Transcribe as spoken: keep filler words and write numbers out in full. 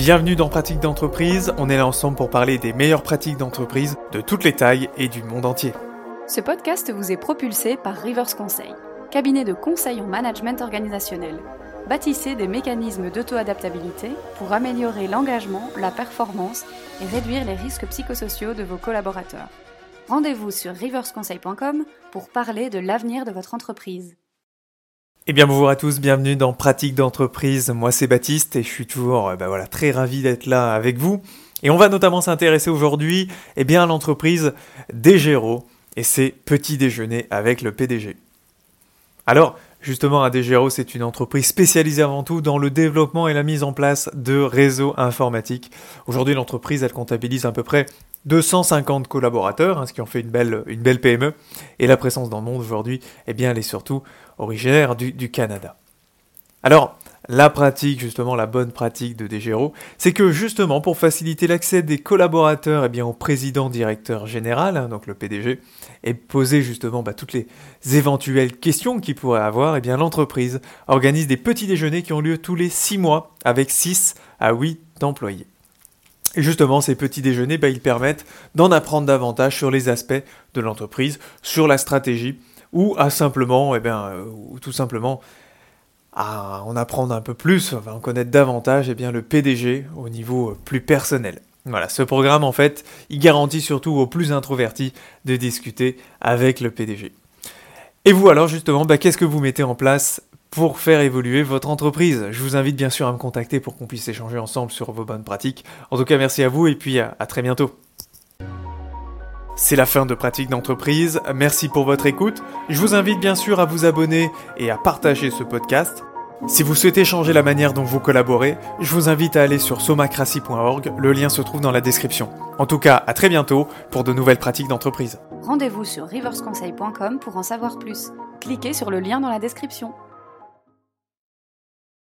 Bienvenue dans Pratique d'entreprise, on est là ensemble pour parler des meilleures pratiques d'entreprise de toutes les tailles et du monde entier. Ce podcast vous est propulsé par Rivers Conseil, cabinet de conseil en management organisationnel. Bâtissez des mécanismes d'auto-adaptabilité pour améliorer l'engagement, la performance et réduire les risques psychosociaux de vos collaborateurs. Rendez-vous sur rivers conseil point com pour parler de l'avenir de votre entreprise. Eh bien bonjour à tous, bienvenue dans Pratique d'entreprise, moi c'est Baptiste et je suis toujours ben voilà, très ravi d'être là avec vous. Et on va notamment s'intéresser aujourd'hui eh bien, à l'entreprise DEGERO et ses petits déjeuners avec le P D G. Alors justement, DEGERO c'est une entreprise spécialisée avant tout dans le développement et la mise en place de réseaux informatiques. Aujourd'hui l'entreprise elle comptabilise à peu près deux cent cinquante collaborateurs, hein, ce qui en fait une belle, une belle P M E. Et la présence dans le monde aujourd'hui, eh bien, elle est surtout originaire du, du Canada. Alors, la pratique, justement, la bonne pratique de DEGERO, c'est que justement, pour faciliter l'accès des collaborateurs eh bien, au président directeur général, hein, donc le P D G, et poser justement bah, toutes les éventuelles questions qu'ils pourraient avoir, eh bien, l'entreprise organise des petits déjeuners qui ont lieu tous les six mois avec six à huit employés. Et justement, ces petits déjeuners, bah, ils permettent d'en apprendre davantage sur les aspects de l'entreprise, sur la stratégie, ou à simplement, eh bien, euh, ou tout simplement, à en apprendre un peu plus, enfin, en connaître davantage, eh bien, le P D G au niveau plus personnel. Voilà, ce programme, en fait, il garantit surtout aux plus introvertis de discuter avec le P D G. Et vous, alors, justement, bah, qu'est-ce que vous mettez en place pour faire évoluer votre entreprise? Je vous invite bien sûr à me contacter pour qu'on puisse échanger ensemble sur vos bonnes pratiques. En tout cas, merci à vous et puis à, à très bientôt. C'est la fin de Pratique d'entreprise. Merci pour votre écoute. Je vous invite bien sûr à vous abonner et à partager ce podcast. Si vous souhaitez changer la manière dont vous collaborez, je vous invite à aller sur somacracy point org. Le lien se trouve dans la description. En tout cas, à très bientôt pour de nouvelles pratiques d'entreprise. Rendez-vous sur rivers conseil point com pour en savoir plus. Cliquez sur le lien dans la description.